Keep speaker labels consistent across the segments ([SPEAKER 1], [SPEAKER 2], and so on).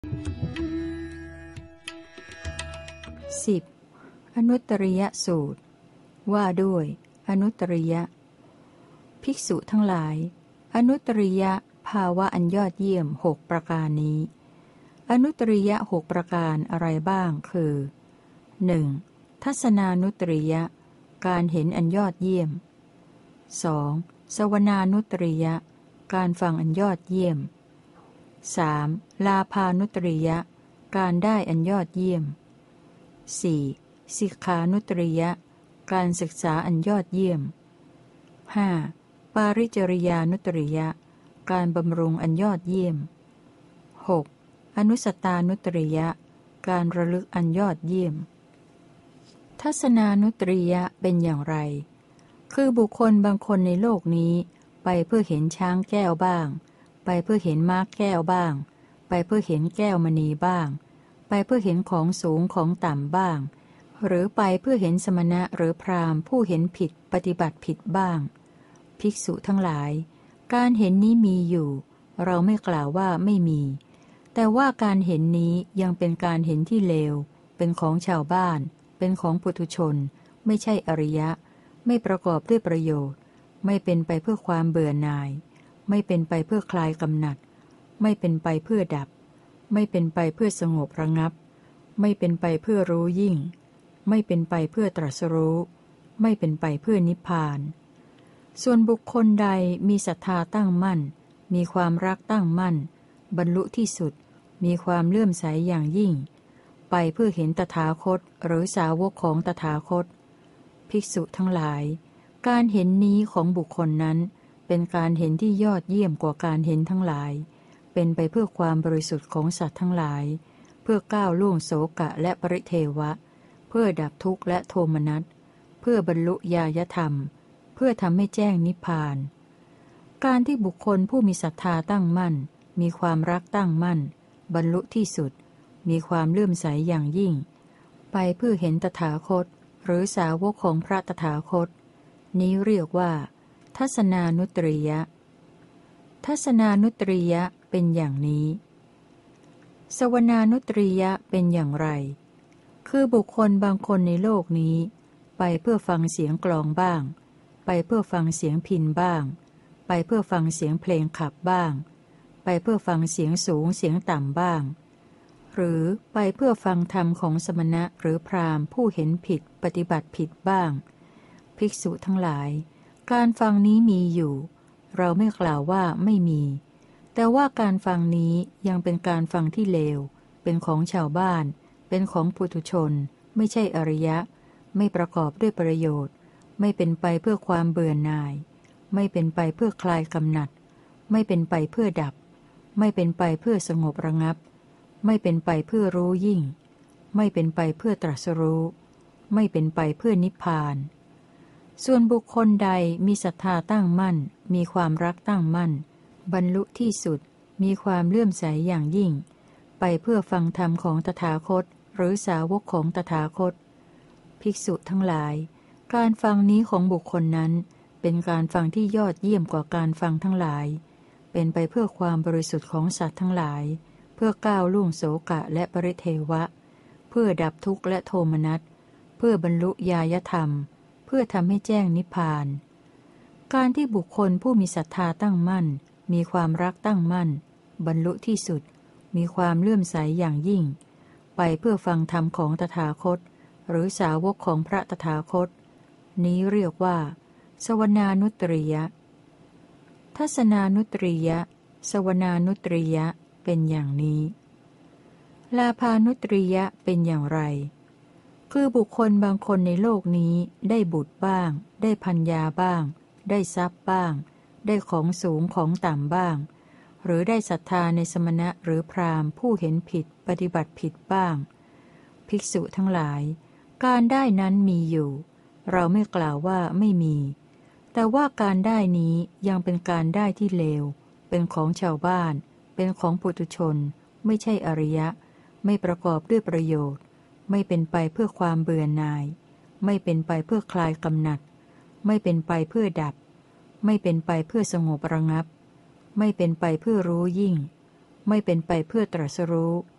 [SPEAKER 1] 10. อนุตตริยสูตรว่าด้วยอนุตตริยะภิกษุทั้งหลายอนุตตริยภาวะอันยอดเยี่ยม6ประการนี้อนุตตริย6ประการอะไรบ้างคือ 1. ทัศนานุตตริยการเห็นอันยอดเยี่ยม 2. สวนานุตตริยการฟังอันยอดเยี่ยม 3. ลาภานุตตริยการได้อันยอดเยี่ยม 4. สิกขานุตตริยการศึกษาอันยอดเยี่ยม 5. ปาริจริยานุตตริยการบำรุงอันยอดเยี่ยม 6. อนุสตตานุตตริยการระลึกอันยอดเยี่ยมทัศนานุตตริยเป็นอย่างไรคือบุคคลบางคนในโลกนี้ไปเพื่อเห็นช้างแก้วบ้างไปเพื่อเห็นม้าแก้วบ้างไปเพื่อเห็นแก้วมณีบ้างไปเพื่อเห็นของสูงของต่ำบ้างหรือไปเพื่อเห็นสมณะหรือพราหมณ์ผู้เห็นผิดปฏิบัติผิดบ้างภิกษุทั้งหลายการเห็นนี้มีอยู่เราไม่กล่าวว่าไม่มีแต่ว่าการเห็นนี้ยังเป็นการเห็นที่เลวเป็นของชาวบ้านเป็นของปุถุชนไม่ใช่อริยะไม่ประกอบด้วยประโยชน์ไม่เป็นไปเพื่อความเบื่อหน่ายไม่เป็นไปเพื่อคลายกำหนัดไม่เป็นไปเพื่อดับไม่เป็นไปเพื่อสงบระงับไม่เป็นไปเพื่อรู้ยิ่งไม่เป็นไปเพื่อตรัสรู้ไม่เป็นไปเพื่อนิพพานส่วนบุคคลใดมีศรัทธาตั้งมั่นมีความรักตั้งมั่นบรรลุที่สุดมีความเลื่อมใสอย่างยิ่งไปเพื่อเห็นตถาคตหรือสาวกของตถาคตภิกษุทั้งหลายการเห็นนี้ของบุคคลนั้นเป็นการเห็นที่ยอดเยี่ยมกว่าการเห็นทั้งหลายเป็นไปเพื่อความบริสุทธิ์ของสัตว์ทั้งหลายเพื่อก้าวล่วงโสกะและปริเทวะเพื่อดับทุกข์และโทมนัสเพื่อบรรลุญาณธรรมเพื่อทำให้แจ้งนิพพานการที่บุคคลผู้มีศรัทธาตั้งมั่นมีความรักตั้งมั่นบรรลุที่สุดมีความเลื่อมใสอย่างยิ่งไปเพื่อเห็นตถาคตหรือสาวกของพระตถาคตนี้เรียกว่าทัศนานุตตริยทัศนานุตตริยเป็นอย่างนี้สวนานุตตริยเป็นอย่างไรคือบุคคลบางคนในโลกนี้ไปเพื่อฟังเสียงกลองบ้างไปเพื่อฟังเสียงพิณบ้างไปเพื่อฟังเสียงเพลงขับบ้างไปเพื่อฟังเสียงสูงเสียงต่ำบ้างหรือไปเพื่อฟังธรรมของสมณะหรือพราหมณ์ผู้เห็นผิดปฏิบัติผิดบ้างภิกษุทั้งหลายการฟังนี้มีอยู่เราไม่กล่าวว่าไม่มีแต่ว่าการฟังนี้ยังเป็นการฟังที่เลวเป็นของชาวบ้านเป็นของปุถุชนไม่ใช่อริยะไม่ประกอบด้วยประโยชน์ไม่เป็นไปเพื่อความเบื่อหน่ายไม่เป็นไปเพื่อคลายกำหนัดไม่เป็นไปเพื่อดับไม่เป็นไปเพื่อสงบระงับไม่เป็นไปเพื่อรู้ยิ่งไม่เป็นไปเพื่อตรัสรู้ไม่เป็นไปเพื่อนิพพานส่วนบุคคลใดมีศรัทธาตั้งมั่นมีความรักตั้งมั่นบรรลุที่สุดมีความเลื่อมใสอย่างยิ่งไปเพื่อฟังธรรมของตถาคตหรือสาวกของตถาคตภิกษุทั้งหลายการฟังนี้ของบุคคลนั้นเป็นการฟังที่ยอดเยี่ยมกว่าการฟังทั้งหลายเป็นไปเพื่อความบริสุทธิ์ของสัตว์ทั้งหลายเพื่อก้าวล่วงโสกะและปริเทวะเพื่อดับทุกข์และโทมนัสเพื่อบรรลุญาณธรรมเพื่อทำให้แจ้งนิพพานการที่บุคคลผู้มีศรัทธาตั้งมั่นมีความรักตั้งมั่นบรรลุที่สุดมีความเลื่อมใสอย่างยิ่งไปเพื่อฟังธรรมของตถาคตหรือสาวกของพระตถาคตนี้เรียกว่าสวนานุตตริยทัศนานุตตริยสวนานุตตริยเป็นอย่างนี้ลาภานุตตริยเป็นอย่างไรคือบุคคลบางคนในโลกนี้ได้บุตรบ้างได้ภรรยาบ้างได้ทรัพย์บ้างได้ของสูงของต่ำบ้างหรือได้ศรัทธาในสมณะหรือพราหมณ์ผู้เห็นผิดปฏิบัติผิดบ้างภิกษุทั้งหลายการได้นั้นมีอยู่เราไม่กล่าวว่าไม่มีแต่ว่าการได้นี้ยังเป็นการได้ที่เลวเป็นของชาวบ้านเป็นของปุถุชนไม่ใช่อริยะไม่ประกอบด้วยประโยชน์ไม่เป็นไปเพื่อความเบื่อหน่ายไม่เป็นไปเพื่อคลายกำหนัดไม่เป็นไปเพื่อดับไม่เป็นไปเพื่อสงบระงับไม่เป็นไปเพื่อรู้ยิ่งไม่เป็นไปเพื่อตรัสรู้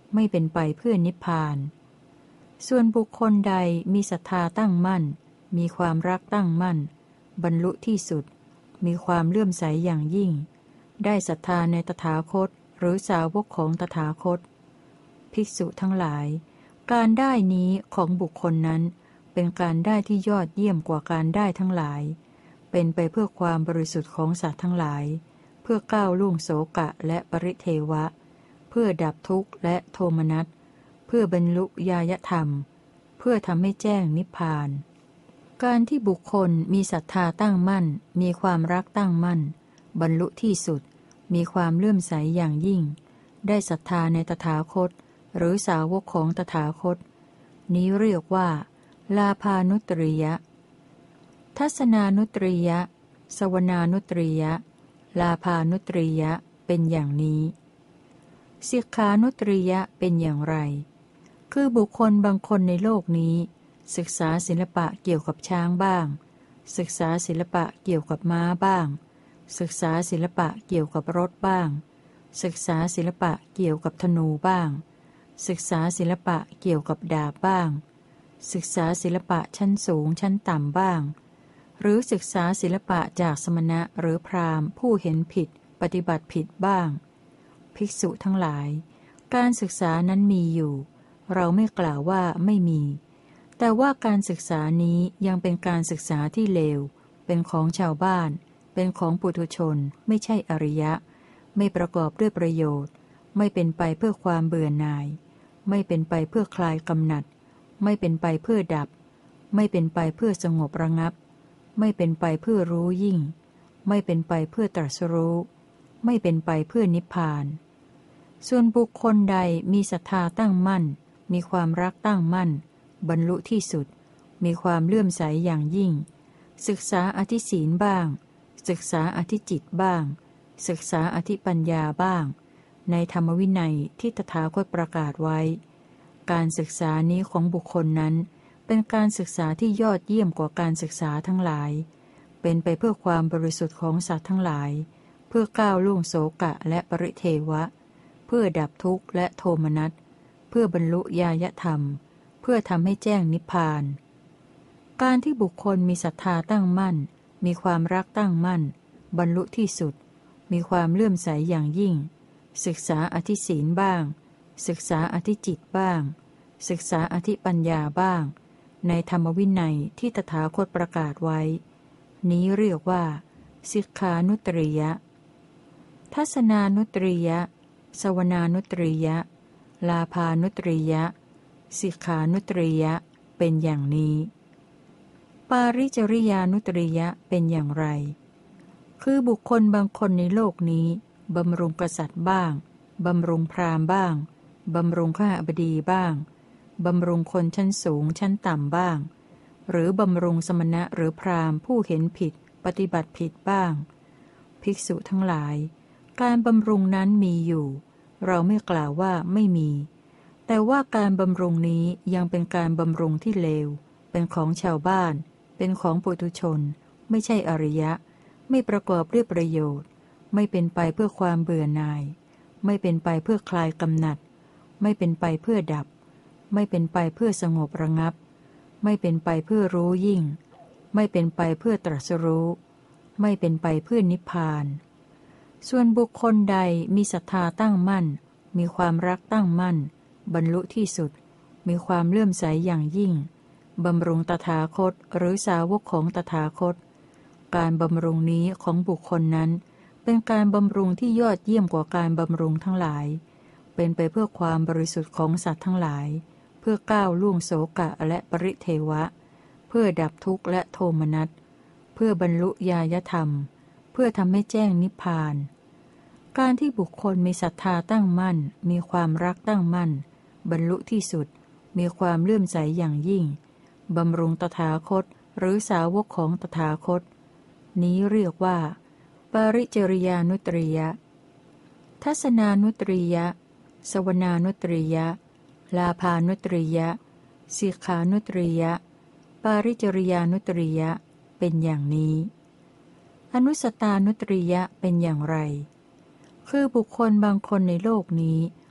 [SPEAKER 1] ไม่เป็นไปเพื่อนิพพานส่วนบุคคลใดมีศรัทธาตั้งมั่นมีความรักตั้งมั่นบรรลุที่สุดมีความเลื่อมใสอย่างยิ่งได้ศรัทธาในตถาคตหรือสาวกของตถาคตภิกษุทั้งหลายการได้นี้ของบุคคลนั้นเป็นการได้ที่ยอดเยี่ยมกว่าการได้ทั้งหลายเป็นไปเพื่อความบริสุทธิ์ของสัตว์ทั้งหลายเพื่อก้าวล่วงโสกะและปริเทวะเพื่อดับทุกข์และโทมนัสเพื่อบรรลุญาญธรรมเพื่อทำให้แจ้งนิพพานการที่บุคคลมีศรัทธาตั้งมั่นมีความรักตั้งมั่นบรรลุที่สุดมีความเลื่อมใสอย่างยิ่งได้ศรัทธาในตถาคตหรือสาวกของตถาคตนี้เรียกว่าลาภานุตริยะทัศนานุตริยะสวนานุตริยะลาภานุตริยะเป็นอย่างนี้สิกขานุตริยะเป็นอย่างไรคือบุคคลบางคนในโลกนี้ศึกษาศิลปะเกี่ยวกับช้างบ้างศึกษาศิลปะเกี่ยวกับม้าบ้างศึกษาศิลปะเกี่ยวกับรถบ้างศึกษาศิลปะเกี่ยวกับธนูบ้างศึกษาศิลปะเกี่ยวกับดาบบ้างศึกษาศิลปะชั้นสูงชั้นต่ำบ้างหรือศึกษาศิลปะจากสมณะหรือพราหมณ์ผู้เห็นผิดปฏิบัติผิดบ้างภิกษุทั้งหลายการศึกษานั้นมีอยู่เราไม่กล่าวว่าไม่มีแต่ว่าการศึกษานี้ยังเป็นการศึกษาที่เลวเป็นของชาวบ้านเป็นของปุถุชนไม่ใช่อริยะไม่ประกอบด้วยประโยชน์ไม่เป็นไปเพื่อความเบื่อหน่ายไม่เป็นไปเพื่อคลายกำหนัดไม่เป็นไปเพื่อดับไม่เป็นไปเพื่อสงบระงับไม่เป็นไปเพื่อรู้ยิ่งไม่เป็นไปเพื่อตรัสรู้ไม่เป็นไปเพื่อนิพพานส่วนบุคคลใดมีศรัทธาตั้งมั่นมีความรักตั้งมั่นบรรลุที่สุดมีความเลื่อมใสอย่างยิ่งศึกษาอธิศีลบ้างศึกษาอธิจิตบ้างศึกษาอธิปัญญาบ้างในธรรมวินัยที่ตถาคตประกาศไว้การศึกษานี้ของบุคคลนั้นเป็นการศึกษาที่ยอดเยี่ยมกว่าการศึกษาทั้งหลายเป็นไปเพื่อความบริสุทธิ์ของสัตว์ทั้งหลายเพื่อก้าวล่วงโสกะและปริเทวะเพื่อดับทุกข์และโทมนัสเพื่อบรรลุญาญธรรมเพื่อทำให้แจ้งนิพพานการที่บุคคลมีศรัทธาตั้งมั่นมีความรักตั้งมั่นบรรลุที่สุดมีความเลื่อมใสอย่างยิ่งศึกษาอธิศีลบ้างศึกษาอธิจิตบ้างศึกษาอธิปัญญาบ้างในธรรมวินัยที่ตถาคตประกาศไว้นี้เรียกว่าสิกขานุตริยะทัศนานุตริยะสวนานุตริยะลาภานุตริยะสิกขานุตริยะเป็นอย่างนี้ปาริจริยานุตริยะเป็นอย่างไรคือบุคคลบางคนในโลกนี้บำรุงกษัตริย์บ้างบำรุงพราหมณ์บ้างบำรุงข้าบดีบ้างบำรุงคนชั้นสูงชั้นต่ำบ้างหรือบำรุงสมณะหรือพราหมณ์ผู้เห็นผิดปฏิบัติผิดบ้างภิกษุทั้งหลายการบำรุงนั้นมีอยู่เราไม่กล่าวว่าไม่มีแต่ว่าการบำรุงนี้ยังเป็นการบำรุงที่เลวเป็นของชาวบ้านเป็นของปุถุชนไม่ใช่อริยะไม่ประกอบด้วยประโยชน์ไม่เป็นไปเพื่อความเบื่อหน่ายไม่เป็นไปเพื่อคลายกำหนัดไม่เป็นไปเพื่อดับไม่เป็นไปเพื่อสงบระงับไม่เป็นไปเพื่อรู้ยิ่งไม่เป็นไปเพื่อตรัสรู้ไม่เป็นไปเพื่อนิพพานส่วนบุคคลใดมีศรัทธาตั้งมั่นมีความรักตั้งมั่นบรรลุที่สุดมีความเลื่อมใสอย่างยิ่งบำรุงตถาคตหรือสาวกของตถาคตการบำรุงนี้ของบุคคลนั้นเป็นการบำรุงที่ยอดเยี่ยมกว่าการบำรุงทั้งหลายเป็นไปเพื่อความบริสุทธิ์ของสัตว์ทั้งหลายเพื่อก้าวล่วงโสกะและปริเทวะเพื่อดับทุกข์และโทมนัสเพื่อบรรลุญาญธรรมเพื่อทำให้แจ้งนิพพานการที่บุคคลมีศรัทธาตั้งมั่นมีความรักตั้งมั่นบรรลุที่สุดมีความเลื่อมใสอย่างยิ่งบำรุงตถาคตหรือสาวกของตถาคตนี้เรียกว่าปาริจริยานุตริยะทัศนานุตริยะสวนานุตริยะลาภานุตริยะสิกขานุตริยะปาริจริยานุตริยะเป็นอย่างนี้อนุสตานุตริยะเป็นอย่างไรคือบุคคลบางคนในโลกนี้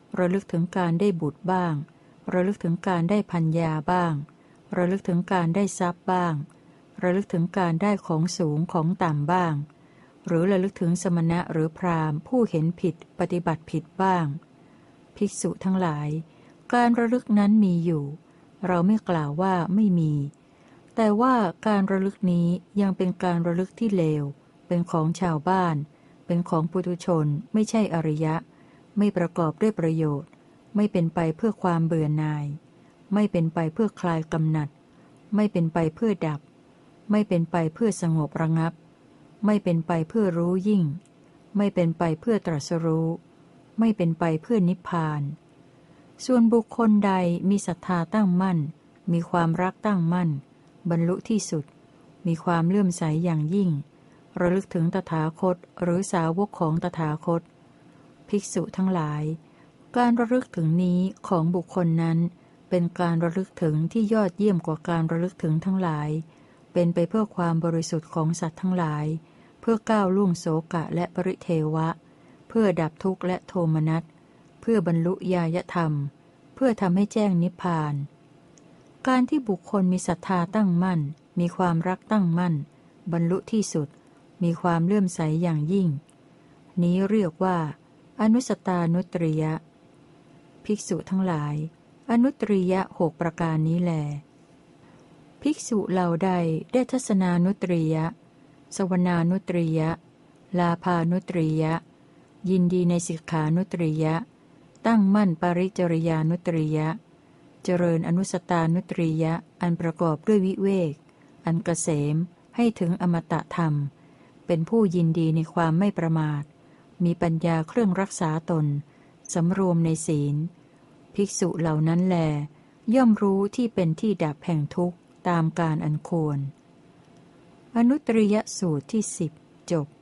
[SPEAKER 1] ระลึกถึงการได้บุตรบ้างระลึกถึงการได้พัญญาบ้างระลึกถึงการได้ทรัพย์บ้างระลึกถึงการได้ของสูงของต่ำบ้างหรือระลึกถึงสมณะหรือพราหมณ์ผู้เห็นผิดปฏิบัติผิดบ้างภิกษุทั้งหลายการระลึกนั้นมีอยู่เราไม่กล่าวว่าไม่มีแต่ว่าการระลึกนี้ยังเป็นการระลึกที่เลวเป็นของชาวบ้านเป็นของปุถุชนไม่ใช่อริยะไม่ประกอบด้วยประโยชน์ไม่เป็นไปเพื่อความเบื่อหน่ายไม่เป็นไปเพื่อคลายกำหนัดไม่เป็นไปเพื่อดับไม่เป็นไปเพื่อสงบระงับไม่เป็นไปเพื่อรู้ยิ่งไม่เป็นไปเพื่อตรัสรู้ไม่เป็นไปเพื่อนิพพานส่วนบุคคลใดมีศรัทธาตั้งมั่นมีความรักตั้งมั่นบรรลุที่สุดมีความเลื่อมใสอย่างยิ่งระลึกถึงตถาคตหรือสาวกของตถาคตภิกษุทั้งหลายการระลึกถึงนี้ของบุคคลนั้นเป็นการระลึกถึงที่ยอดเยี่ยมกว่าการระลึกถึงทั้งหลายเป็นไปเพื่อความบริสุทธิ์ของสัตว์ทั้งหลายเพื่อก้าวล่วงโศกะและปริเทวะเพื่อดับทุกข์และโทมนัสเพื่อบรรลุญาณธรรมเพื่อทำให้แจ้งนิพพานการที่บุคคลมีศรัทธาตั้งมั่นมีความรักตั้งมั่นบรรลุที่สุดมีความเลื่อมใสอย่างยิ่งนี้เรียกว่าอนุสตานุตริยะภิกษุทั้งหลายอนุตริยะหกประการนี้แลภิกษุเหล่าใดได้ทัศนานุตริยะสวนานุตริยะลาภานุตริยะยินดีในสิกขานุตริยะตั้งมั่นปริจริยานุตริยะเจริญอนุสตานุตริยะอันประกอบด้วยวิเวกอันเกษมให้ถึงอมตะธรรมเป็นผู้ยินดีในความไม่ประมาทมีปัญญาเครื่องรักษาตนสำรวมในศีลภิกษุเหล่านั้นแลย่อมรู้ที่เป็นที่ดับแห่งทุกข์ตามการอันควรอนุตริยสูตรที่10จบ